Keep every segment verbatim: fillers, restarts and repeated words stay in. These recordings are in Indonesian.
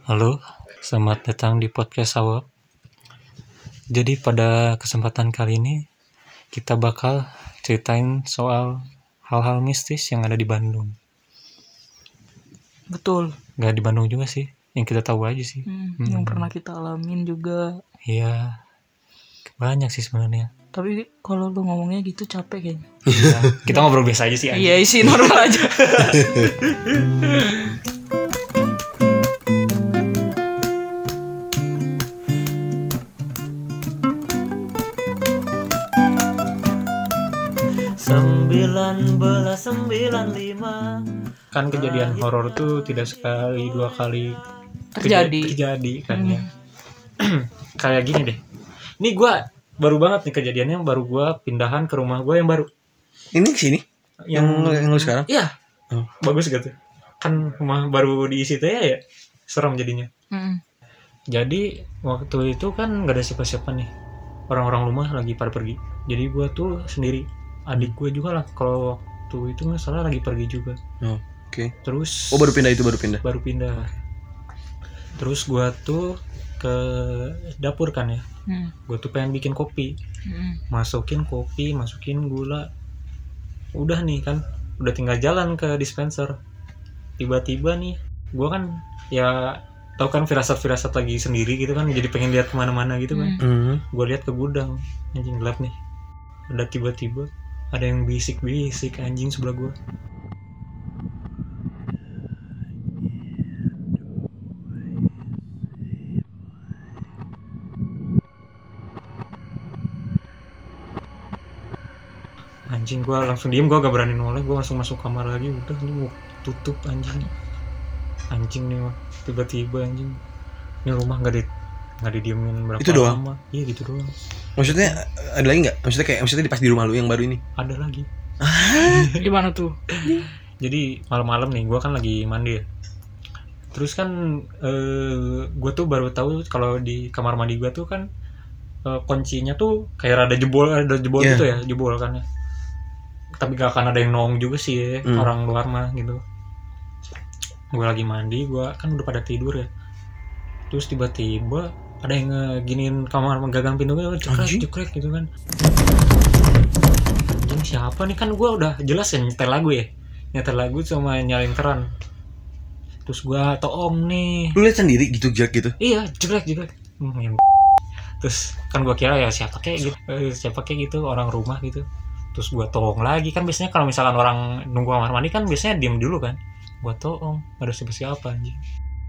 Halo, selamat datang di podcast Sawab. Jadi pada kesempatan kali ini kita bakal ceritain soal hal-hal mistis yang ada di Bandung. Betul. Gak di Bandung juga sih, yang kita tahu aja sih. Hmm, Hmm. Yang pernah kita alamin juga. Iya, banyak sih sebenarnya. Tapi kalau lu ngomongnya gitu capek kayaknya. Ya, kita ngobrol biasa aja sih. Iya isi normal aja. Sembilan belas sembilan lima. Kan kejadian horor tuh tidak sekali dua kali Terjadi. terjadi kan ya. Hmm. Kayak gini deh. Ini gue baru banget nih kejadiannya, baru gue pindahan ke rumah gue yang baru. Ini sini? Yang yang lu sekarang? Iya. Oh. Bagus gitu. Kan rumah baru diisi tuh ya, ya. Serem jadinya. Hmm. Jadi waktu itu kan gak ada siapa-siapa nih. Orang-orang rumah lagi pada pergi. Jadi gue tuh sendiri. Adik gue juga lah. Kalau waktu itu nggak salah lagi pergi juga. Oh, oke. Okay. Terus. Oh baru pindah itu baru pindah. Baru pindah. Terus gue tuh ke dapur kan ya. Hmm. Gue tuh pengen bikin kopi. Hmm. Masukin kopi, masukin gula. Udah nih kan. Udah tinggal jalan ke dispenser. Tiba-tiba nih. Gue kan ya tahu kan firasat-firasat lagi sendiri gitu kan. Jadi pengen lihat kemana-mana gitu kan. Hmm. Hmm. Gue lihat ke gudang. Anjing gelap nih. Ada tiba-tiba ada yang bisik-bisik anjing sebelah gue. Anjing, gue langsung diem, gue gak berani noleh, gue langsung masuk kamar lagi. Udah lu tutup anjing. Anjing nih mah tiba-tiba anjing. Ini rumah gak di nggak didiemin berapa Itu doang? lama. Iya gitu doang. Maksudnya ada lagi nggak? Maksudnya kayak maksudnya di pas di rumah lu yang baru ini? Ada lagi. Gimana tuh? Jadi malam-malam nih, gue kan lagi mandi ya. Terus kan eh, gue tuh baru tahu kalau di kamar mandi gue tuh kan eh, kuncinya tuh kayak rada jebol, ada jebol Yeah. gitu ya, jebol kan ya. Tapi gak akan ada yang nongol juga sih ya, Hmm. orang luar mah gitu. Gue lagi mandi, gue kan udah pada tidur ya. Terus tiba-tiba ada yang ngeginiin kamar, menggagang pintunya, cekrek Anjing. cekrek gitu kan. Anjing siapa nih, kan gue udah jelas ya nyetel lagu ya, nyetel lagu sama nyalain keran. Terus gue toong nih, Lu lihat sendiri gitu jerak gitu? iya jekrek jekrek. Hmm, yang terus kan gue kira ya siapa kayak gitu, eh, siapa kayak gitu orang rumah gitu. Terus gue toong lagi, kan biasanya kalau misalkan orang nunggu kamar mandi kan biasanya diem dulu kan. Gue toong, gak ada siapa-siapa anjing.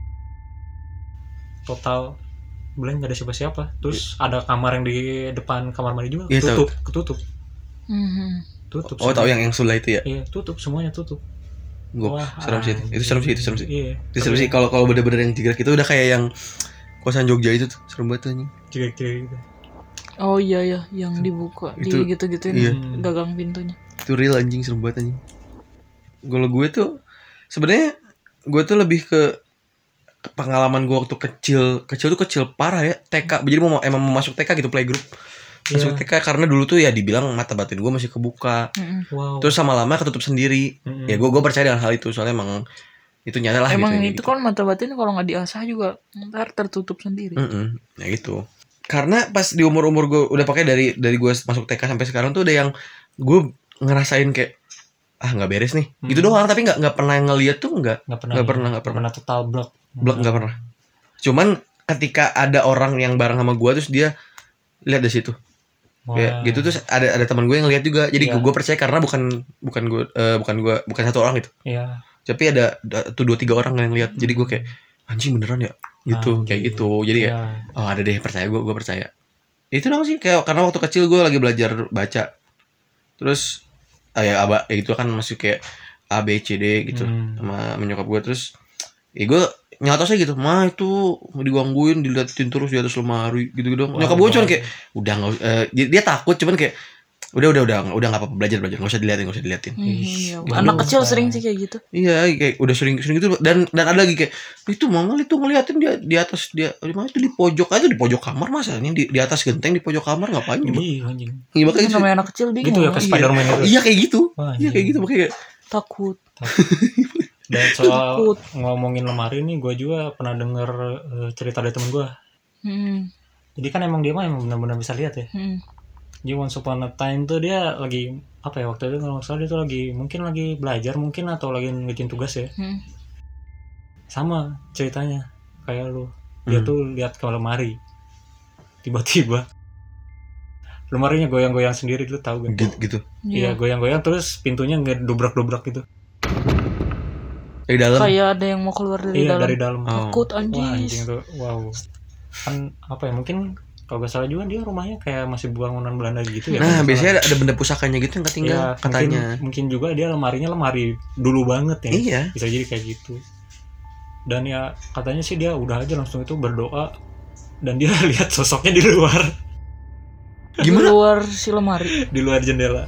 Total bulan gak ada siapa-siapa. Terus ada kamar yang di depan kamar mandi juga Iya, tutup, ketutup, Hmm. tutup. Oh tahu yang yang sebelah itu ya? Iya tutup, semuanya tutup. Gue Wah, serem sih itu. Itu serem sih itu serem sih. Iya. Itu serem sih kalau kalau bener-bener yang jerak itu udah kayak yang kosan Jogja itu tuh serem banget tuh anjing. Jegrek-jegrek gitu. Oh iya ya, yang dibuka, Itu- di gitu-gituin iya. gagang pintunya. Itu real anjing serem banget anjing. Kalau gue tuh sebenarnya gue tuh lebih ke pengalaman gue waktu kecil kecil tuh kecil parah ya T K, jadi mau emang mau masuk T K gitu playgroup masuk Iya. T K karena dulu tuh ya dibilang mata batin gue masih kebuka, Hmm. Wow. terus sama lama ketutup sendiri. Mm-mm. Ya gue gue percaya dengan hal itu soalnya emang itu nyata lah Emang gitu, itu kan mata batin kalau nggak diasah juga ntar tertutup sendiri. Mm-mm. Ya gitu karena pas di umur umur gue udah pakai dari dari gue masuk T K sampai sekarang tuh udah yang gue ngerasain kayak ah nggak beres nih Hmm. gitu doang, tapi nggak nggak pernah ngeliat tuh nggak Nggak pernah, nggak ya? pernah nggak pernah pernah total block. blok nggak pernah. Cuman ketika ada orang yang bareng sama gue terus dia lihat dari situ Wah. kayak gitu, terus ada ada teman gue yang lihat juga, jadi Iya. gue percaya karena bukan bukan gue eh, bukan gue bukan satu orang gitu, Iya. tapi ada ada tuh dua tiga orang yang lihat, jadi gue kayak anjing beneran ya gitu. Ah, Kayak gitu. gitu jadi kayak Iya. oh ada deh, percaya gue gue percaya itu dong sih, kayak karena waktu kecil gue lagi belajar baca terus ah, ya aba ya itu kan masih kayak A B C D gitu Hmm. sama menyokap gue, terus ya gue nyata sih gitu, mah itu digangguin diliatin terus di atas lemari gitu gitu. Wah, Nyokap gue cuman wah. kayak udah nggak us- eh, dia, dia takut cuman kayak udah udah udah udah nggak apa-apa, belajar belajar nggak usah diliatin nggak usah diliatin. Hmm, iya. Ih, Anak gila. kecil sering sih kayak gitu. Iya kayak udah sering sering gitu, dan dan ada lagi kayak itu mama itu ngeliatin dia di atas, dia di mana itu di pojok aja, di pojok kamar, masa ini di, di atas genteng di pojok kamar ngapain coba? Iya anjing. Iya Itu makanya gitu, namanya anak kecil bingung. Gitu ya, ke Iya. Spiderman itu. iya kayak gitu, Wah, iya kayak gitu makanya kayak Takut. Dan soal Takut. ngomongin lemari nih, gue juga pernah denger eh, cerita dari temen gue. Hmm. Jadi kan emang dia mah emang benar-benar bisa lihat ya. Hmm. Jadi once upon a time tuh dia lagi apa ya, waktu itu kalau nggak salah dia tuh lagi mungkin lagi belajar mungkin atau lagi ngerjain tugas ya. Hmm. Sama ceritanya kayak lu. Dia Hmm. tuh lihat ke lemari. Tiba-tiba lemarinya goyang-goyang sendiri, lu tahu gak? Gitu, gitu. Iya, Iya. goyang-goyang terus pintunya ngedobrak-dobrak gitu. Dari dalam. Kayak ada yang mau keluar dari Iya, dalam. dari dalam. Oh. Takut Wah, anjing anjing. tuh. Wow. Kan apa ya, mungkin kalau gak salah juga dia rumahnya kayak masih bangunan Belanda gitu ya. Nah, kalau biasanya nggak ada, ada benda pusakanya gitu yang salah. ketinggal Iya, katanya. Mungkin, mungkin juga dia lemarinya lemari dulu banget ya. Iya. Bisa jadi kayak gitu. Dan ya katanya sih dia udah aja langsung itu berdoa dan dia lihat sosoknya di luar, Di Gimana? luar si lemari. di luar jendela.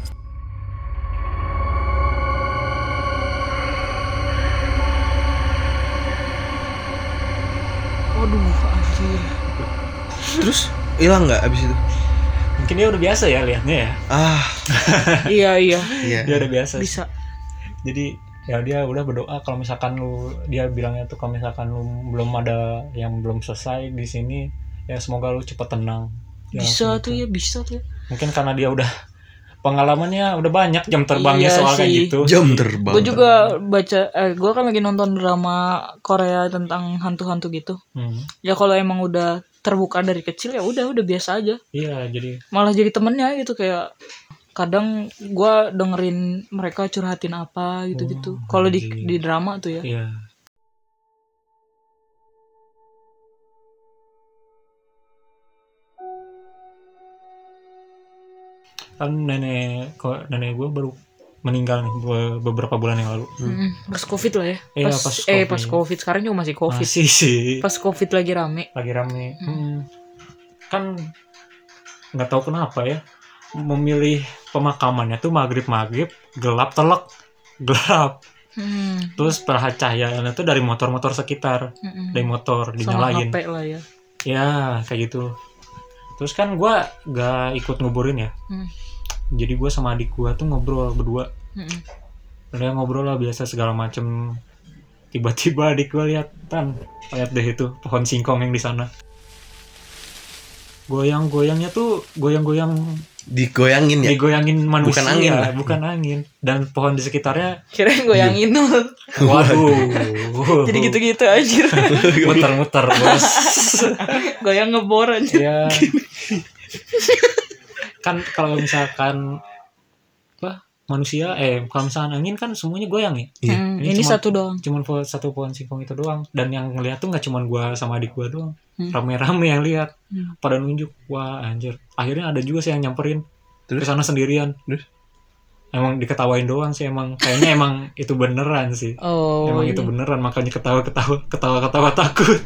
Waduh, anjir. Terus hilang nggak abis itu? Mungkin dia udah biasa ya liatnya ya. Ah, Iya, iya. iya. Dia udah biasa. Bisa. Jadi ya dia udah berdoa kalau misalkan lu, dia bilangnya tuh kalau misalkan lu belum ada yang belum selesai di sini ya semoga lu cepat tenang. Dia Bisa langsung tuh gitu. ya, bisa tuh ya. Mungkin karena dia udah pengalamannya udah banyak jam terbangnya Iya soal kayak sih. gitu. Jam terbang. Gue juga baca, eh, gue kan lagi nonton drama Korea tentang hantu-hantu gitu. Hmm. Ya kalau emang udah terbuka dari kecil ya udah, udah biasa aja. Iya, jadi Malah jadi temennya gitu, kayak kadang gue dengerin mereka curhatin apa gitu-gitu. Oh, Kalau di anjing. di drama tuh ya. iya. Kan nenek kok nenek gue baru meninggal nih be- beberapa bulan yang lalu. Mm, pas covid lah ya. Iya, Pas, pas eh Covid. pas covid. Sekarang juga masih covid. Masih sih. Pas covid lagi rame. Lagi rame. Hmm. Hmm. Kan nggak tahu kenapa ya memilih pemakamannya tuh maghrib maghrib gelap telek gelap. Hmm. Terus percahayaannya tuh dari motor-motor sekitar, Mm-mm. dari motor Sama dinyalain. H P lah ya. Ya kayak gitu. Terus kan gue gak ikut nguburin ya. Hmm. Jadi gue sama adik gue tuh ngobrol berdua. Mm-mm. Udah ngobrol lah biasa segala macem. Tiba-tiba adik gue lihat tan, lihat deh itu pohon singkong yang di sana. Goyang-goyangnya tuh goyang-goyang, Digoyangin ya. digoyangin manusia, Bukan angin lah. bukan angin. Dan pohon di sekitarnya, Kirain goyangin lu. waduh, Jadi gitu-gitu anjir. muter-muter bos. Goyang ngebor anjir. Ya. Kan kalau misalkan apa manusia eh kalau misalkan angin kan semuanya goyang ya. Iya. Hmm, Ini ini cuma- satu doang. Cuman po- satu pohon singkong itu doang, dan yang ngeliat tuh nggak cuman gua sama adik gua doang. Hmm. Rame-rame yang lihat. Hmm. Pada nunjuk. Wah anjir. Akhirnya ada juga sih yang nyamperin Terus? ke sana sendirian. Terus? Emang diketawain doang sih, emang kayaknya emang itu beneran sih. Oh. Emang iya. itu beneran, makanya ketawa-ketawa ketawa-ketawa takut.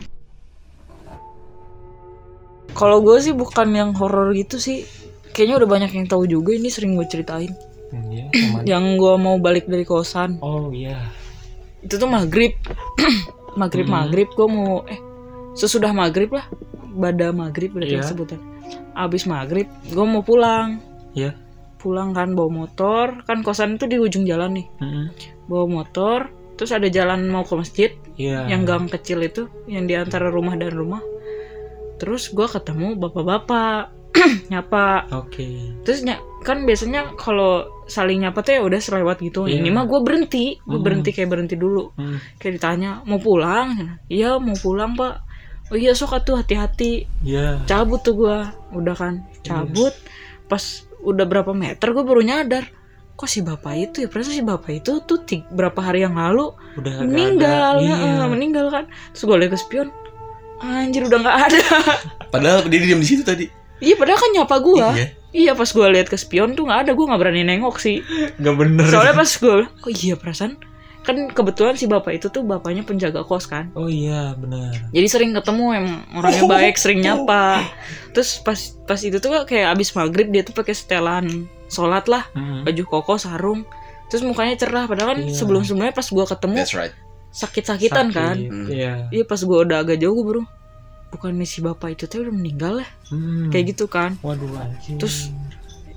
Kalau gue sih bukan yang horor gitu sih. Kayaknya udah banyak yang tahu juga, ini sering gue ceritain. Hmm, iya, aman. Yang gue mau balik dari kosan. Oh iya. Itu tuh maghrib. maghrib Hmm. maghrib gue mau eh sesudah maghrib lah. Bada maghrib berarti Iya. sebutan. Abis maghrib gue mau pulang. Iya. Pulang kan bawa motor. Kan kosan itu di ujung jalan nih. Mm-mm. Bawa motor. Terus ada jalan mau ke masjid. Iya. Yang gang kecil itu, yang di antara rumah dan rumah. Terus gue ketemu bapak-bapak nyapa. Oke. Terus ny- kan biasanya kalau saling nyapa tuh ya udah selewat gitu. Iya. Ini mah gue berhenti, gue Hmm. berhenti kayak berhenti dulu. Hmm. Kayak ditanya mau pulang? Iya mau pulang pak. Oh iya sok atuh hati-hati. Iya. Cabut tuh gue, udah kan cabut. Pas udah berapa meter gue baru nyadar. Kok si bapak itu ya, perasaan si bapak itu tuh tig- berapa hari yang lalu Udah nggak meninggal, ada. ya, Iya. eh, meninggal kan. Terus gue liat ke spion, anjir udah nggak ada. Padahal dia diam di situ tadi. Iya padahal kan nyapa gue. Iya. Iya pas gue liat ke spion tuh nggak ada, gue nggak berani nengok sih. Nggak bener. Soalnya pas gue, oh iya perasaan kan kebetulan si bapak itu tuh bapaknya penjaga kos kan. Oh iya benar. Jadi sering ketemu, emang orangnya baik, sering nyapa. Terus pas pas itu tuh kayak abis maghrib dia tuh pakai setelan sholat lah, Mm-mm. baju koko, sarung. Terus mukanya cerah, padahal kan Iya. sebelum sebelumnya pas gue ketemu That's right. sakit-sakitan Sakit. kan. Hmm. Iya. Iya pas gue udah agak jauh gue baru, bukan si bapak itu tuh udah meninggal ya, Hmm. kayak gitu kan. Waduh anjing. Terus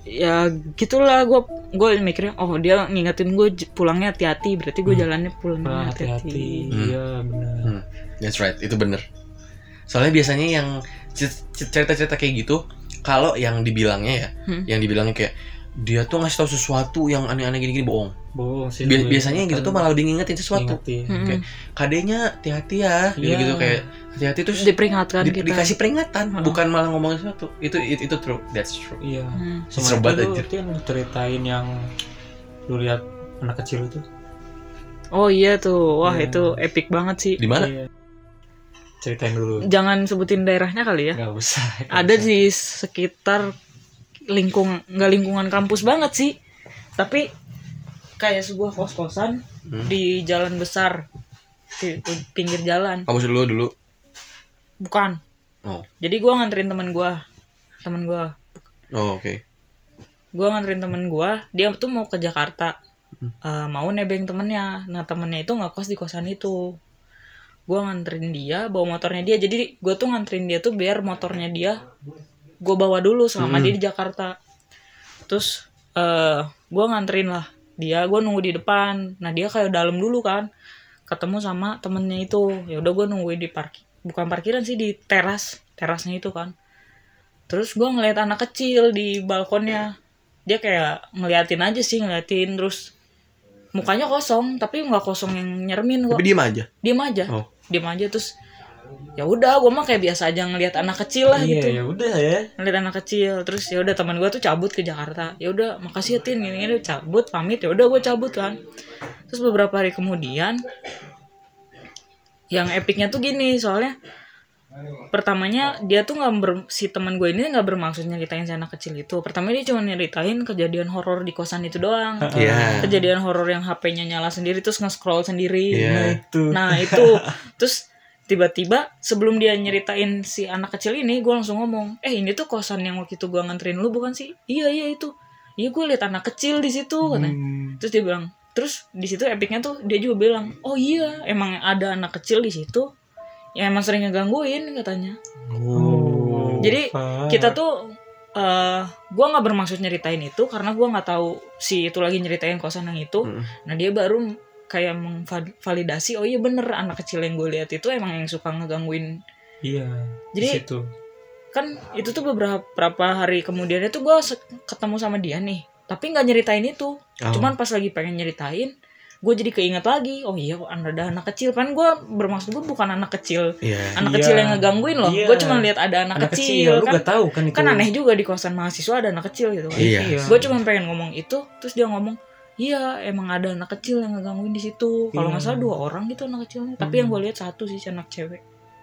ya gitulah gue gue mikirnya oh dia ngingetin gue j- pulangnya hati-hati berarti gue Hmm. jalannya pulangnya Nah, hati-hati. hati-hati. Hmm. Iya benar. Hmm, that's right, itu bener. Soalnya biasanya yang cer- cer- cerita-cerita kayak gitu, kalau yang dibilangnya ya, Hmm. yang dibilangnya kayak dia tuh ngasih tahu sesuatu yang aneh-aneh gini-gini, bohong. Bohong sih. Bi- itu. biasanya yang gitu tuh malah lebih ngingetin sesuatu. Ingetin. Mm-mm. Kayak, Kadenya hati-hati ya, Iya. gitu-gitu kayak hati-hati terus Diperingatkan di- kita. dikasih peringatan, Hmm. bukan malah ngomongin sesuatu. Itu itu, itu true, that's true. Iya. Hmm. Sama Serem itu banget, lu anjir. Tin, ceritain yang lu lihat anak kecil itu. Oh iya tuh, wah Iya. itu epic banget sih. Di mana? Iya. Ceritain dulu. Jangan sebutin daerahnya kali ya. Nggak usah. nggak Ada usah. di sekitar lingkung nggak lingkungan kampus banget sih, tapi kayak sebuah kos-kosan Hmm. di jalan besar di di pinggir jalan. Kamu dulu dulu. Bukan. Oh. Jadi gua nganterin teman gua, teman gua, Oh, oke. gua nganterin teman gua, dia tuh mau ke Jakarta. Hmm. Eh, mau nebeng temennya. Nah temennya itu nggak kos di kosan itu. Gua nganterin dia bawa motornya dia. Jadi gua tuh nganterin dia tuh biar motornya dia gua bawa dulu selama Hmm. dia di Jakarta. Terus eh gua nganterin lah dia, gua nunggu di depan. Nah dia kayak dalam dulu kan, ketemu sama temennya itu. Ya udah gua nungguin di parkir, bukan parkiran sih, di teras terasnya itu kan. Terus gua ngeliat anak kecil di balkonnya, dia kayak ngeliatin aja sih, ngeliatin. Terus mukanya kosong, tapi nggak kosong yang nyermin kok, Tapi diem aja. diem aja, Oh. diem aja. Terus ya udah gue mah kayak biasa aja ngelihat anak kecil lah Iya, gitu, ya udah ya. ngeliat anak kecil. Terus ya udah teman gue tuh cabut ke Jakarta. Ya udah makasih ya Tin, gini gini, cabut pamit. Ya udah gue cabut kan. Terus beberapa hari kemudian yang epicnya tuh gini, soalnya pertamanya dia tuh nggak ber, si teman gue ini nggak bermaksud nyeritain si anak kecil itu. Pertama dia cuma nyeritain kejadian horor di kosan itu doang. Iya. Kejadian horor yang H P-nya nyala sendiri terus nge-scroll sendiri. Iya. Nah, itu. Nah itu. Terus tiba-tiba sebelum dia nyeritain si anak kecil ini, gue langsung ngomong, eh ini tuh kosan yang waktu itu gue nganterin lu bukan sih? Iya iya itu. Iya gue liat anak kecil di situ katanya. Hmm. Terus dia bilang, terus di situ epicnya tuh dia juga bilang, oh iya emang ada anak kecil di situ yang emang sering ngegangguin katanya. Oh. Jadi fuck. kita tuh eh gue nggak bermaksud nyeritain itu karena gue nggak tahu si itu lagi nyeritain kosan yang itu. Mm. Nah dia baru kayak memvalidasi, oh iya bener anak kecil yang gue lihat itu emang yang suka ngegangguin. Iya. Jadi- di situ. Kan itu tuh beberapa beberapa hari kemudian itu gue se- ketemu sama dia nih, tapi nggak nyeritain itu. Oh. Cuman pas lagi pengen nyeritain, gue jadi keinget lagi, oh iya ada anak kecil. Kan gue bermaksud gue bukan anak kecil, Iya. anak Iya. kecil yang ngegangguin loh. Iya. Gue cuma lihat ada anak, Anak kecil, lu kan. gak tahu kan itu. Kan aneh juga di kosan mahasiswa ada anak kecil gitu kan. Iya. Gue cuma pengen ngomong itu, terus dia ngomong, iya emang ada anak kecil yang ngegangguin di situ. Kalau nggak Iya. salah dua orang gitu anak kecilnya. Tapi Hmm. yang gue lihat satu sih anak cewek.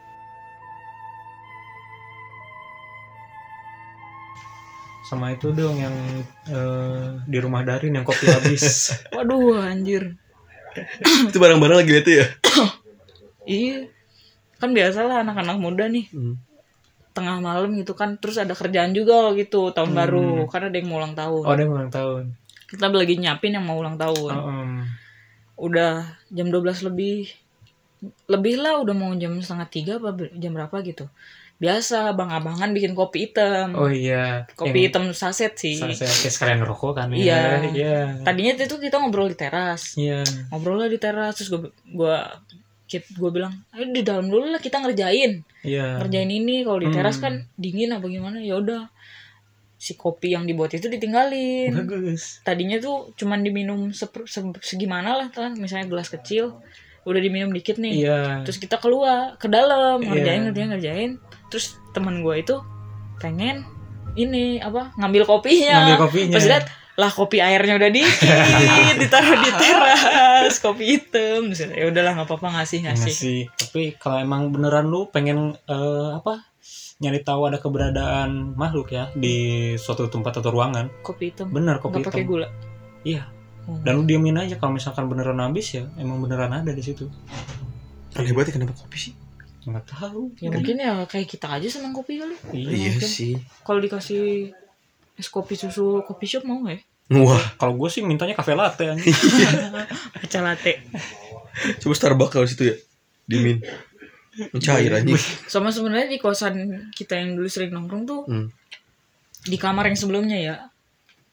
Sama itu dong yang eh, di rumah Darin yang kopi habis. Waduh anjir. Itu barang-barang lagi lihat ya. Iya. Kan biasalah anak-anak muda nih Hmm. tengah malam gitu kan, terus ada kerjaan juga gitu tahun Hmm. baru karena ada yang mau ulang tahun. Oh, dia ulang tahun. Kita lagi nyiapin yang mau ulang tahun. Oh, um. Udah jam dua belas lebih. Lebih lah, udah mau jam setengah tiga apa ber- jam berapa gitu. Biasa abang-abangan bikin kopi hitam. Oh iya. Kopi Yang hitam saset sih. Saya kayak sekalian ngerokok kan. Iya. ya. Iya. Tadinya itu kita ngobrol di teras. Iya. Ngobrol lah di teras, terus gue gua gue bilang, ayo di dalam dulu lah kita ngerjain. Iya. Ngerjain ini, kalau di teras Hmm. kan dingin apa gimana. Ya udah. Si kopi yang dibuat itu ditinggalin. Bagus. Tadinya tuh cuman diminum seper, se- segimana lah kan, misalnya gelas kecil udah diminum dikit nih. Iya. Terus kita keluar ke dalam ngerjain Iya. ngerjain ngerjain. Terus teman gue itu pengen ini apa ngambil kopinya. Ngambil kopinya. Pas lihat lah kopi airnya udah dikit ditaruh di teras kopi hitam. Terus ya udahlah nggak apa-apa ngasih Nggak ngasih. sih. Tapi kalau emang beneran lu pengen eh, apa? Nyari tahu ada keberadaan makhluk ya di suatu tempat atau ruangan. Kopi hitam. Bener kopi Nggak pakai hitam. gula. Iya. Hmm. Dan lu diemin aja kalau misalkan beneran habis ya emang beneran ada di situ. Aneh banget ya, kenapa kopi sih? Nggak tahu. Ya mungkin ya kayak kita aja senang kopi kali. Iya mungkin. sih. Kalau dikasih es kopi susu kopi shop mau nggak ya? Wah, Kalau gue sih mintanya cafe latte aja. Matcha latte. coba Starbucks kalau situ ya. Dimin. Mencair anjing. Sama sebenarnya di kosan kita yang dulu sering nongkrong tuh, Hmm. di kamar yang sebelumnya ya,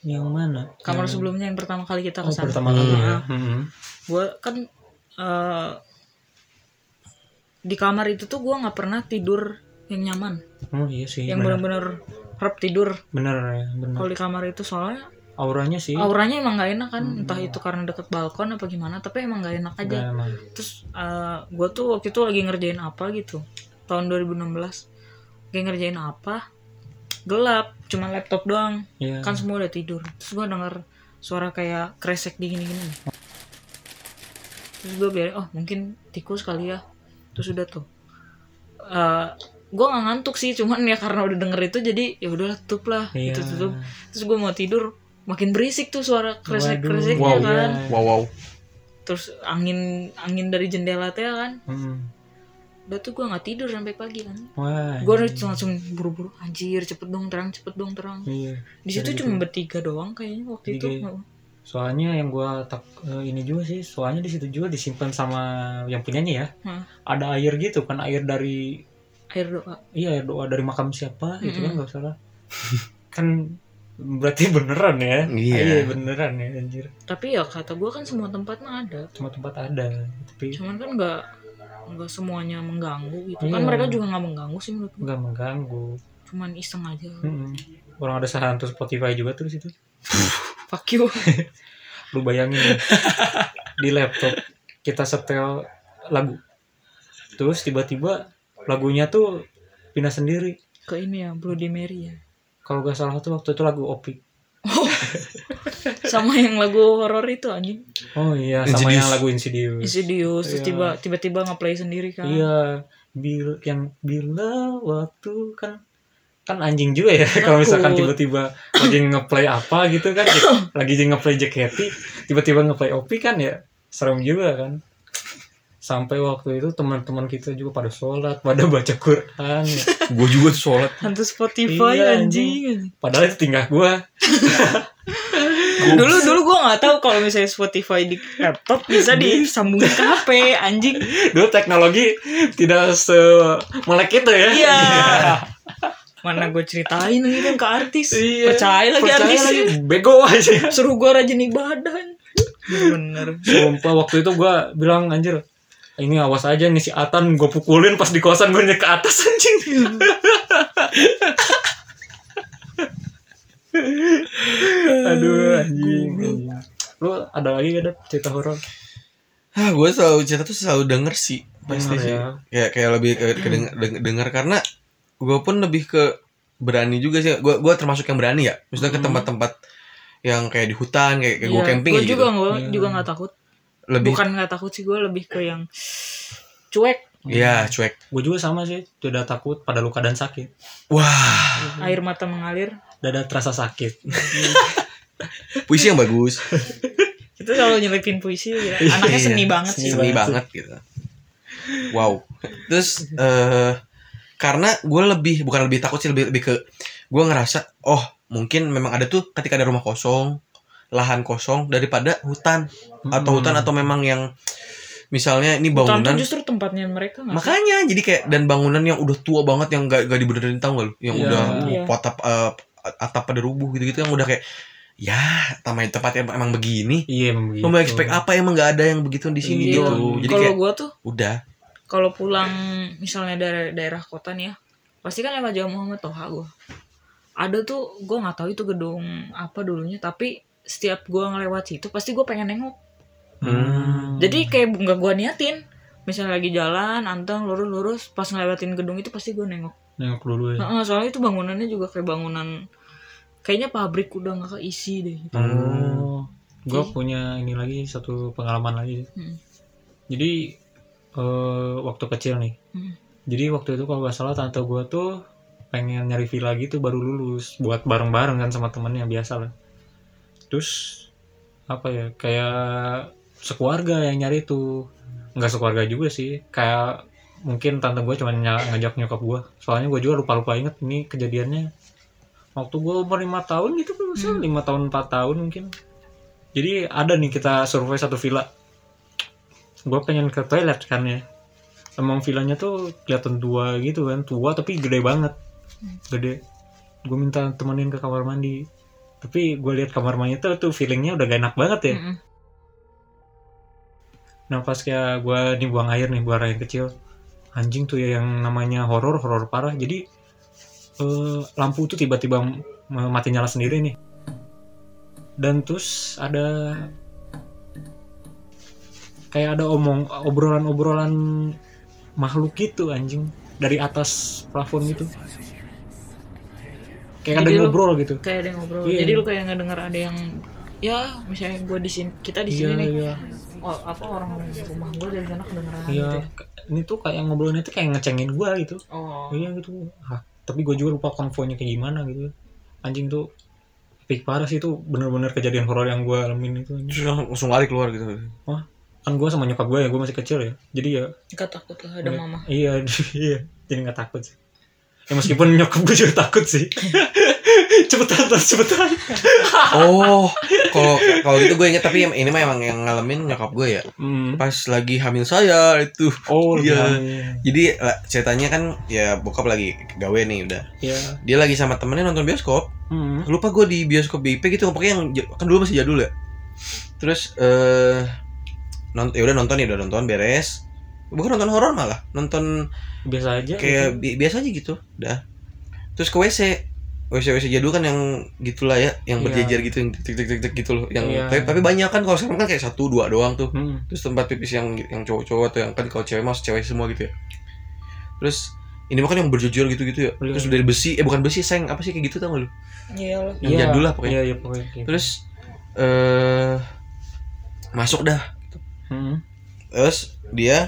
Yang mana? Kamar Yang- sebelumnya yang pertama kali kita Oh, kesana. pertama kali Hmm. ya. Mm-mm. Gue kan eh, di kamar itu tuh gue nggak pernah tidur yang nyaman, Oh iya sih. yang bener. benar-benar harap tidur Bener ya, bener. kalau di kamar itu, soalnya Auranya sih. auranya emang nggak enak kan, Hmm. entah itu karena deket balkon apa gimana, tapi emang nggak enak aja. Nggak emang. Terus gue tuh waktu itu lagi ngerjain apa gitu, tahun dua ribu enam belas, lagi ngerjain apa, gelap, cuma laptop doang, Iya. kan semua udah tidur. Terus gue denger suara kayak kresek di gini-gini, terus gue bilang oh mungkin tikus kali ya. Terus udah tuh uh, gue nggak ngantuk sih, cuman ya karena udah denger itu jadi ya udahlah tutup lah. Iya. Itu tutup. Terus gue mau tidur, makin berisik tuh suara kresek kreseknya Wow. kan. Iya. Wow wow. Terus angin angin dari jendela teh kan. Mm. Udah tuh gue nggak tidur sampai pagi kan. Wah. Gue langsung buru-buru, anjir cepet dong terang, cepet dong terang. Iya. Di situ Jadi cuma bertiga doang kayaknya waktu itu. Tiga. Soalnya yang gua tak eh, ini juga sih, soalnya di situ juga disimpan sama yang punyanya ya. Hah. Ada air gitu kan, air dari Air doa. iya air doa dari makam siapa gitu kan Mm-mm. nggak salah. Kan berarti beneran ya. Iya. Iya beneran ya anjir. Tapi ya kata gue kan semua tempat mah ada. Cuma tempat ada, tapi Cuman kan nggak nggak semuanya mengganggu gitu kan. Iya. Mereka juga nggak mengganggu sih menurut gue, nggak mengganggu. cuman iseng aja. Mm-mm. Orang ada hantu Spotify juga tuh di situ. Fuck you. Lu bayangin ya, di laptop kita setel lagu, terus tiba-tiba lagunya tuh pindah sendiri. Ke ini ya Bloody Mary ya, Kalau gak salah tuh waktu itu lagu Opik. sama yang lagu horor itu anjing, Oh iya, sama Insidious. yang lagu Insidious. Insidious. Terus Iya. tiba tiba-tiba nge-play sendiri kan. Iya, bil yang bila waktu kan kan anjing juga ya kalau misalkan Takut. tiba-tiba lagi ngeplay apa gitu kan, lagi ngeplay J K T, tiba-tiba ngeplay Opik kan ya serem juga kan. Sampai waktu itu teman-teman kita juga pada sholat, pada baca Quran ya. Gue juga tuh sholat. Hantu Spotify Iya, anjing. Padahal itu tingkah gua. Dulu dulu gue nggak tahu kalau misalnya Spotify di laptop bisa disambungin ke H P anjing. Dulu teknologi tidak se melek itu ya. Iya. Mana gue ceritain lagi kan ke artis. Iya. Percaya lagi Percaya artis. lagi, bego aja. Suruh gue rajin ibadah. Bener. Sumpah waktu itu gue bilang anjir, ini awas aja nih si Atan, gue pukulin pas di kosan gue ke atas anjing. Aduh anjing, anjing. Lu ada lagi gak ada cerita horor? Ah, gue selalu cerita tuh selalu denger sih pasti Denger sih. ya. Kayak kayak lebih ke, ke denger, denger, denger karena gue pun lebih ke berani juga sih. Gue gue termasuk yang berani ya. Maksudnya ke Hmm. tempat-tempat yang kayak di hutan, kayak kayak gue Iya, camping gue gitu. juga gue Iya. juga nggak takut. Lebih Bukan nggak takut sih, gue lebih ke yang cuek. Iya, cuek. Gue juga sama sih, tidak takut pada luka dan sakit. Wah, Air mata mengalir. Dada terasa sakit. puisi yang bagus. Itu selalu nyelipin puisi ya. Iya, Anaknya seni banget sih. Seni banget gitu. Wow. Terus eh karena gue lebih bukan lebih takut sih, lebih lebih ke gue ngerasa oh mungkin memang ada tuh ketika ada rumah kosong, lahan kosong daripada hutan atau Hmm. hutan atau memang yang misalnya ini Hutan bangunan. tuh justru tempatnya mereka nggak sih? Makanya jadi kayak dan bangunan yang udah tua banget yang gak, gak dibenerin, tau gak lu? Yang Iya. udah Iya. potap eh, atap pada rubuh gitu-gitu yang udah kayak ya tamai tempatnya emang begini. Iya emang begitu. Lo mau expect apa, emang gak ada yang begitu di sini Iya. gitu. Jadi Kalau kayak gue tuh udah. kalau pulang misalnya dari daerah kota nih ya, pasti kan lewat Jalan Muhammad Toha gue. Ada tuh gue nggak tahu itu gedung apa dulunya, tapi setiap gue ngelewat situ pasti gue pengen nengok. Hmm. Jadi kayak nggak gue niatin. Misalnya lagi jalan, anteng lurus-lurus, pas ngelewatin gedung itu pasti gue nengok. nengok dulu ya. Nah, soalnya itu bangunannya juga kayak bangunan, kayaknya pabrik udah nggak keisi deh. Gitu. Oh, gue punya ini lagi satu pengalaman lagi. Hmm. Jadi eh, waktu kecil nih. Hmm. Jadi waktu itu kalau nggak salah tante gue tuh pengen nyari villa gitu baru lulus buat bareng-bareng kan sama temennya biasa lah. Terus apa ya kayak sekeluarga yang nyari tuh, nggak sekeluarga juga sih, kayak mungkin tante gue cuma ny- ngajak nyokap gue. Soalnya gue juga lupa-lupa inget ini kejadiannya waktu gue umur lima tahun gitu kan, Hmm. lima tahun empat tahun mungkin. Jadi ada nih kita survei satu villa. Gue pengen ke toilet kan ya. Emang villanya tuh kelihatan tua gitu kan, tua tapi gede banget, gede. Gue minta temenin ke kamar mandi, Tapi gue lihat kamar mandi tuh tuh feelingnya udah gak enak banget ya. Mm-mm. Nah pas kayak gue nih buang air nih, buang air kecil, anjing tuh ya yang namanya horor horor parah. Jadi eh, lampu tuh tiba-tiba m- mati nyala sendiri nih. Dan terus ada kayak ada omong obrolan-obrolan makhluk gitu anjing dari atas plafon gitu. Kayak ada Jadi yang lu- ngobrol gitu. Kayak ada yang ngobrol. Iya. Jadi lu kayak ngedenger ada yang ya misalnya gue di sini, kita di sini Iya nih. iya. Oh, apa orang rumah gue dari sana kedengeran Iya. gitu. Ya? Ini tuh kayak ngobrolnya tuh kayak ngecengin gue gitu. Oh. Iya gitu. Hah, tapi gue juga lupa konvoynya kayak gimana gitu. Anjing tuh epic parah sih, itu bener-bener kejadian horor yang gue alamin itu. anjing. Terus langsung lari keluar gitu. Kan gue sama nyokap gue ya, gue masih kecil ya. Jadi ya Gak takut lah ada iya, mama. Iya, iya. Jadi nggak takut sih. Ya meskipun nyokap gue juga takut sih. cepetan, Tos, cepetan. Oh, kalau kalau gitu gue inget, tapi yang- ini mah emang yang ngalamin nyokap gue ya. Hmm. Pas lagi hamil saya itu. Oh Iya. iya. Jadi lah, ceritanya kan ya bokap lagi gawe nih udah. Iya. Dia lagi sama temennya nonton bioskop. Hmm. Lupa gue di bioskop B I P gitu, pokoknya yang j- kan dulu masih jadul ya. Terus eh nonton ya udah nonton ya udah nonton beres. Bukan nonton horor malah, nonton Biasa aja. kayak gitu. bi- biasa aja gitu. Udah. Terus ke W C. W C W C jadul kan yang gitulah ya, yang Iya. berjejer gitu, yang tik tik tik tik gitu loh. Yang Iya. tapi, tapi banyak kan, kalau sekarang kan kayak satu dua doang tuh. Hmm. Terus tempat pipis yang yang cowok-cowok atau yang kan kalau cewek mas cewek semua gitu ya. Terus ini mah kan yang berjejol gitu-gitu ya. Iya. Terus dari besi, eh bukan besi, seng apa sih kayak gitu tau gak lu? Iya lah. Yang jadul lah pokoknya. Iya, iya pokoknya. Gitu. Terus eh masuk dah. Hmm. Terus dia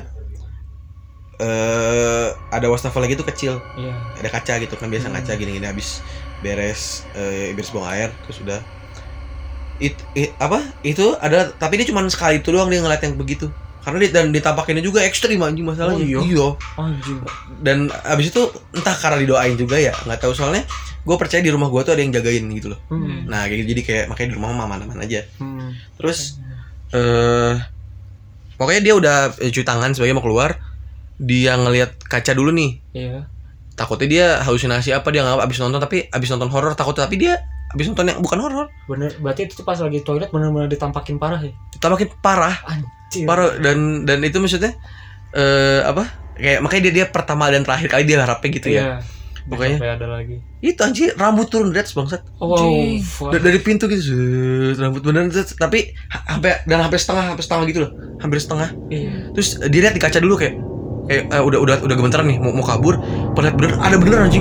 eh ada wastafel lagi tuh kecil. Iya. Ada kaca gitu kan, biasa Hmm. kaca gini-gini habis beres eh beres buang air terus udah it, it- apa itu ada, tapi dia cuma sekali itu doang dia ngeliat yang begitu, karena dia dan ditampakinnya juga ekstrim anjing masalahnya. Oh, iya? Iya. Anjing. Dan abis itu entah karena didoain juga ya nggak tahu, soalnya gue percaya di rumah gue tuh ada yang jagain gitu loh. Hmm. Nah kayak gitu, jadi kayak makanya di rumah mah aman-aman aja. Hmm. Terus eh pokoknya dia udah eh, cuci tangan sebagai mau keluar, dia ngelihat kaca dulu nih, Iya. takutnya dia halusinasi apa, dia nggak abis nonton, tapi abis nonton horor takutnya, tapi dia abis nonton yang bukan horor, Bener, berarti itu tuh pas lagi toilet bener-bener ditampakin parah ya? kita makin parah Anjir. parah dan dan itu maksudnya eh apa kayak makanya dia dia pertama dan terakhir kali dia harapnya gitu ya. Iya. Pokoknya- Sampai ada lagi. Itu anjir rambut turun dreads bangsat. Oh, Anjing. fuck. Da- dari pintu gitu zet, rambut beneran zet, tapi ha- sampai dan hampir setengah hampir setengah gitu loh, hampir setengah. Iya. Terus eh, dia lihat di kaca dulu kayak kayak eh, udah udah udah gemeteran nih mau mau kabur, pas lihat bener ada bener anjing.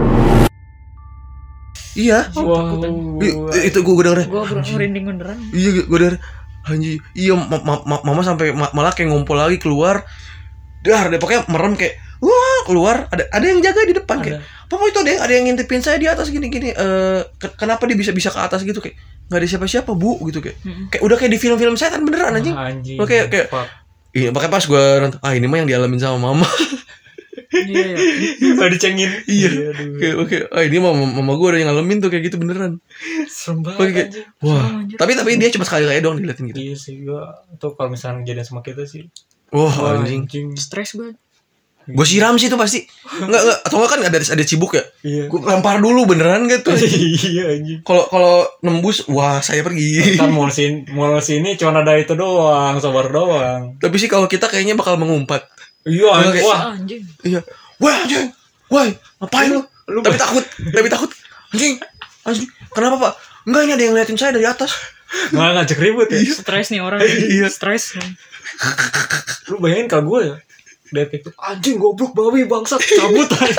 Iya. Wow. I- itu gue gue denger. Gue merinding beneran. Iya gue denger anjing. Iya ma- ma- ma- mama sampai ma- malah kayak ngumpul lagi keluar. Dar deh pokoknya merem kayak wah keluar ada ada yang jaga di depan kayak papa itu ada yang ada yang ngintipin saya di atas gini-gini eh ke- kenapa dia bisa bisa ke atas gitu kayak nggak ada siapa-siapa bu gitu kayak Mm-mm. kayak udah kayak di film-film setan beneran anjing. Ah, anjing. Oke, oke. Fuck. Iya makanya pas gue nonton ah ini mah yang dialamin sama mama. Iya iya. Gak dicengin. Iya. aduh. Kayak oke ah ini mah mama, mama gue udah yang ngalamin tuh kayak gitu beneran. Serem Oke, banget kayak, anjing. wah Serem, anjir. tapi tapi dia cuma sekali kali doang diliatin gitu. Iya sih, gua tuh kalau misalnya kejadian sama kita sih. Wah Wah, anjing. Stres gue. Gue siram sih itu pasti. Enggak enggak atau enggak kan ada ada cibuk ya. Iya. Gue lempar dulu beneran gitu. Iya anjing. Kalau kalau nembus wah saya pergi. Kan mau sini, mau sini cuma ada itu doang, sabar doang. Tapi sih kalau kita kayaknya bakal mengumpat. Iya, Oke. anjing. Wah, Ah, anjing. Iya. Wah anjing. Wah, ngapain lu? Lu Tapi takut, tapi takut. Anjing. Anjing. Kenapa, Pak? Enggak, ini ada yang ngeliatin saya dari atas. malah ngajak ribut ya. Stres nih orang. Iya. Stres. Lu bayangin kalau gue ya. Detektif anjing goblok babi bangsat cabut aja.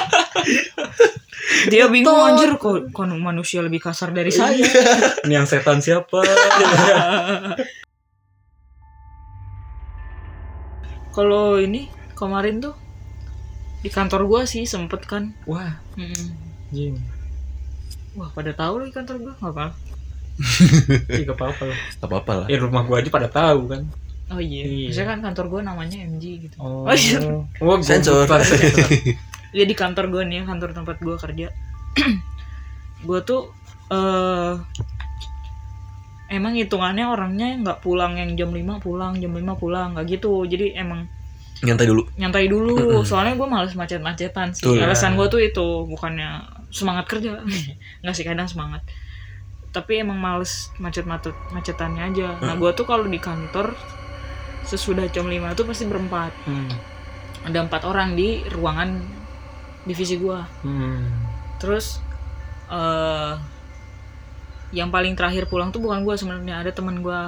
Dia bingung anjir kok kok manusia lebih kasar dari saya. Ini yang setan siapa? Kalau ini kemarin tuh di kantor gua sih sempet kan. Wah, Mm-mm. anjing. Wah pada tahu loh di kantor gua nggak apa. Ih, gak apa-apa lah. Gak apa-apa lah. Ya rumah gua aja pada tahu kan. Oh iya. Iya. Biasanya kan kantor gua namanya M G gitu. Oh. iya. Wah, Sensor. goblok, sensor. Iya di kantor gua nih, kantor tempat gua kerja. Gua tuh eh emang hitungannya orangnya nggak pulang yang jam lima pulang, jam lima pulang, nggak gitu. Jadi emang Nyantai dulu. nyantai dulu. Soalnya gua males macet-macetan sih. Betul. Alasan gua tuh itu bukannya semangat kerja. Nggak sih kadang semangat. tapi emang males macet-macet macetannya aja. Nah gue tuh kalau di kantor sesudah jam lima tuh pasti berempat. Hmm. Ada empat orang di ruangan divisi gue. Hmm. Terus uh, yang paling terakhir pulang tuh bukan gue sebenarnya, ada teman gue.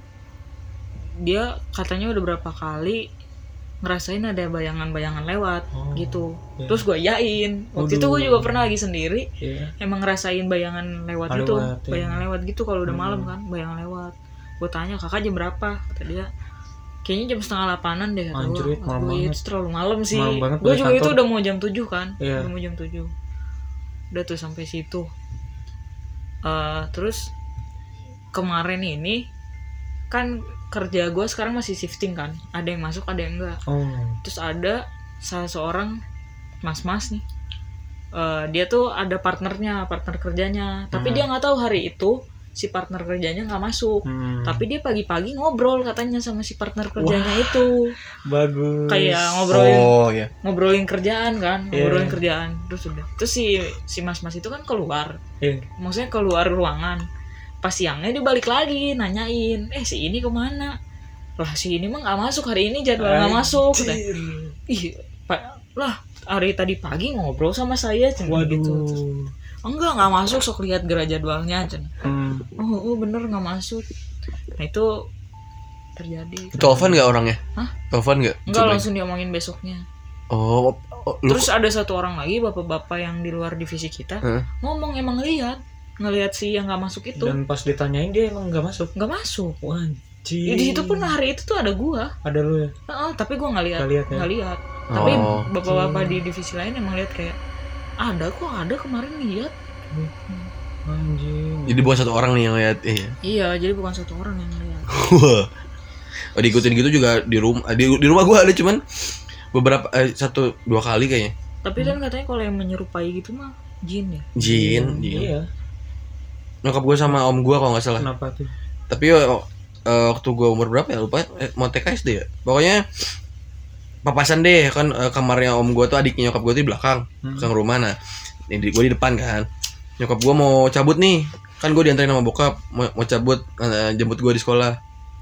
Dia katanya udah berapa kali ngerasain ada bayangan-bayangan lewat Oh, gitu. iya. Terus gue yain. Waktu itu Waduh. gue juga pernah lagi sendiri. Iya. Emang ngerasain bayangan lewat Ah, gitu, lewat, iya. bayangan lewat gitu kalau udah Hmm. malam kan, bayangan lewat. Gue tanya, kakak jam berapa? Kata dia, kayaknya jam setengah delapanan deh. Kata Anjir, gue, malam gue banget. itu terlalu malam sih. Malam banget Gue dari juga itu kantor. udah mau jam tujuh kan, Iya. udah mau jam tujuh. Udah tuh sampai situ. Uh, terus kemarin ini kan kerja gue sekarang masih shifting kan, ada yang masuk ada yang enggak. Oh. Terus ada salah seorang mas-mas nih, uh, dia tuh ada partnernya, partner kerjanya, tapi Hmm. dia nggak tahu hari itu si partner kerjanya nggak masuk. Hmm. Tapi dia pagi-pagi ngobrol katanya sama si partner kerjanya itu, Bagus. kayak ngobrolin Oh ya. ngobrolin kerjaan kan, Iya. ngobrolin kerjaan. Terus udah, terus si si mas-mas itu kan keluar, Iya. maksudnya keluar ruangan. Pas siangnya dia balik lagi nanyain, eh si ini kemana? Lah si ini mah nggak masuk hari ini, jadwal nggak masuk. Kata, ih pak lah hari tadi pagi ngobrol sama saya cen, Waduh. gitu. Enggak nggak masuk, sok lihat gerak jadwalnya cen. Hmm. Oh, oh bener nggak masuk. Nah itu terjadi. Telepon nggak orangnya? Hah? Telepon nggak? Enggak, Coba. langsung diomongin besoknya. Oh, oh lu Terus ada satu orang lagi, bapak-bapak yang di luar divisi kita, Hah? ngomong emang lihat, ngelihat si yang nggak masuk itu Dan pas ditanyain dia emang nggak masuk. nggak masuk. Wajib. Ya, di situ pun hari itu tuh ada gua. Ada lu ya. Heeh, tapi gua nggak lihat, Nggak lihat ya? nggak lihat. Tapi Oh. bapak-bapak di divisi lain emang lihat kayak ada kok, ada kemarin lihat. Anjing. Jadi bukan satu orang nih yang lihat. Iya. Iya, jadi bukan satu orang yang lihat. Wah. Oh, diikutin gitu juga di rumah di, di rumah gua ada cuman beberapa eh, satu dua kali kayaknya. Tapi kan katanya kalau yang menyerupai gitu mah jin ya. Jin, jin. Iya. Nyokap gua sama om gua kalau nggak salah. Kenapa tuh? Tapi yo, eh, waktu gua umur berapa ya lupa eh, mau T K S D ya. Pokoknya papasan deh kan eh, kamarnya om gua tuh adiknya nyokap gua tuh di belakang, Hmm. belakang rumah. Nah, ini gua di depan kan. Nyokap gua mau cabut nih. Kan gua diantarin sama bokap mau, mau cabut eh, jemput gua di sekolah.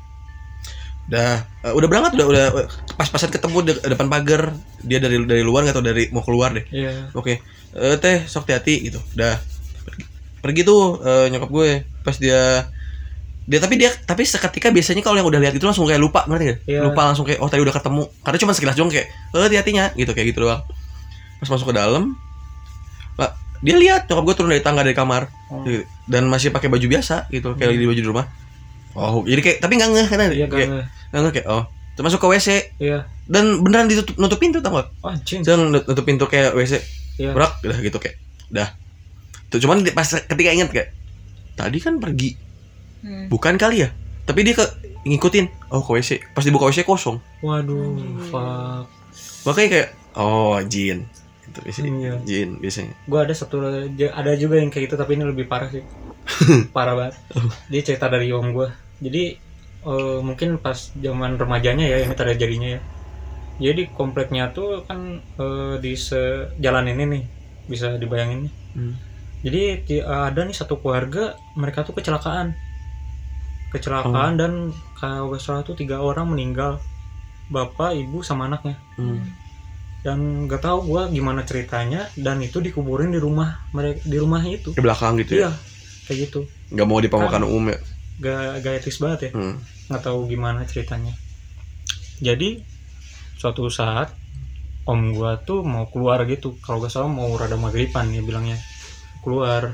Udah eh, udah berangkat udah udah pas-pasan ketemu di depan pagar. Dia dari dari luar enggak tahu dari mau keluar deh. Iya. Oke. Eh, teh sok hati-hati gitu. Udah pergi, pergi tuh eh, nyokap gue pas dia dia tapi dia tapi seketika biasanya kalau yang udah lihat itu langsung kayak lupa, ngerti gak? Iya. Lupa langsung kayak oh tadi udah ketemu. Karena cuma sekilas doang kayak eh hati-hatinya gitu kayak gitu doang. Pas masuk ke dalam lah dia lihat nyokap gue turun dari tangga dari kamar Oh. gitu. Dan masih pakai baju biasa gitu kayak lagi di baju di rumah. Oh, jadi kayak tapi nggak ngeh kan? Iya kayak kan. nggak ngeh kayak oh termasuk ke W C Iya. dan beneran ditutup nutup pintu tau gak? Anjing. Jangan nutup pintu kayak W C. Iya. Berak udah gitu kayak dah tuh cuman di- pas ketika inget kayak tadi kan pergi Hmm. bukan kali ya tapi dia ke ngikutin oh ke W C pas dibuka W C kosong Waduh, Anjing. fuck. makanya kayak oh jin itu biasanya Iya. jin biasanya Gue ada satu ada juga yang kayak gitu tapi ini lebih parah sih. Parah banget. Dia cerita dari om gue. Jadi eh, mungkin pas zaman remajanya ya ini terjadinya ya. Jadi kompleknya tuh kan eh, di se jalan ini nih bisa dibayangin nih. hmm. Jadi di- ada nih satu keluarga mereka tuh kecelakaan, kecelakaan dan kalau nggak salah tuh tiga orang meninggal, bapak, ibu sama anaknya. Hmm. Dan nggak tahu gua gimana ceritanya dan itu dikuburin di rumah mereka di rumah itu. di belakang gitu Iya, ya kayak gitu. nggak mau di pemakaman umum ya Gak, gak etis banget ya. hmm. Nggak tahu gimana ceritanya. Jadi suatu saat om gua tuh mau keluar gitu, kalau nggak salah mau rada maghriban ya bilangnya keluar.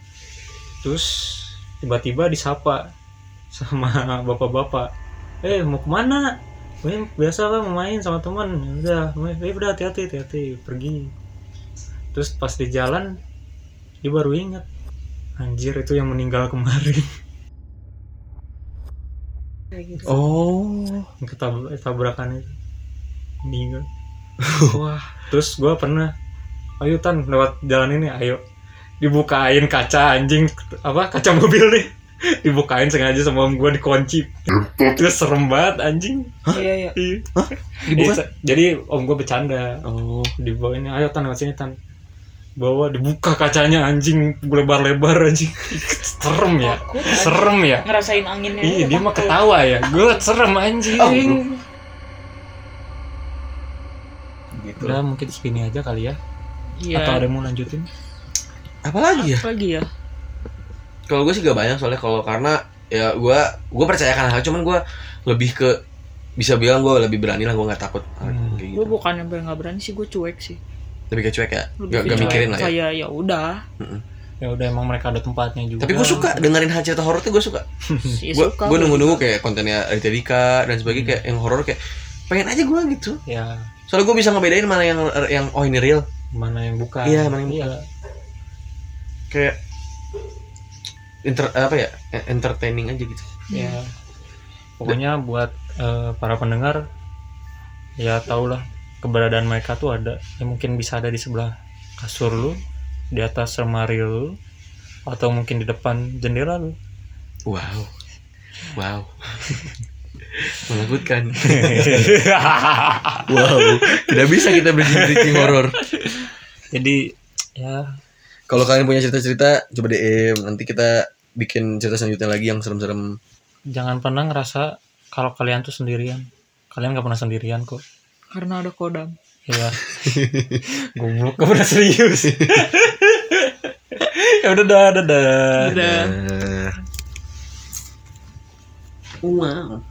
Terus tiba-tiba disapa sama bapak-bapak, eh mau kemana? "Eh, biasa lah mau main sama teman." Udah, eh udah hati-hati, hati-hati pergi. Terus pas di jalan dia baru ingat, anjir itu yang meninggal kemarin. Kayak gitu. oh Ketab- tabrakan itu meninggal. Wah, terus gue pernah, ayo Tan lewat jalan ini, ayo dibukain kaca anjing apa kaca mobil nih, dibukain sengaja sama om gue dikunci. Terus serem banget anjing. Iya iya. dibuka Iya, jadi om gue bercanda, oh dibawain ayo Tan lewat sini Tan. Bawa dibuka kacanya anjing lebar-lebar anjing. Serem ya. Takut, Serem ya. ngerasain anginnya. Iya, aja dia mah takut. ketawa ya. Gue serem anjing. Oh, gitu. Udah mungkin segini aja kali ya. Iya. Atau ada yang mau lanjutin? Apalagi ya? Apa lagi ya? Kalau gue sih gak banyak soalnya kalau karena ya gue gue percayakan hal, cuman gue lebih ke bisa bilang gue lebih berani lah, gue nggak takut Hmm. kayak gitu. Gue bukan yang nggak berani sih, gue cuek sih. Lebih ke cuek ya, Lebih gak, ke gak cuek. mikirin lah ya. Kayak ya udah. Ya udah emang mereka ada tempatnya juga. Tapi gue suka dengerin hal cerita horor tuh, gue suka. Ya, Gue suka, gue gua nunggu-nunggu juga. kayak kontennya Raditya Dika dan sebagainya, kayak yang horor kayak pengen aja gue gitu. Ya, Soalnya gue bisa ngebedain mana yang yang oh ini real, mana yang bukan. Iya, mana yang Iya. kayak inter apa ya entertaining aja gitu. Ya. Pokoknya buat eh, para pendengar ya tahulah keberadaan mereka tuh ada. Ya mungkin bisa ada di sebelah kasur lu, di atas lemari lu, atau mungkin di depan jendela lu. Wow, wow, menakutkan. Wow, tidak bisa kita bridging-bridging horor. Jadi ya Kalau kalian punya cerita-cerita, coba D M. Nanti kita bikin cerita selanjutnya lagi yang serem-serem. jangan pernah ngerasa kalau kalian tuh sendirian. Kalian gak pernah sendirian kok. Karena ada kodam. Iya. Goblok, gak pernah serius. Ya udah dah, dadah. Udah. Wow.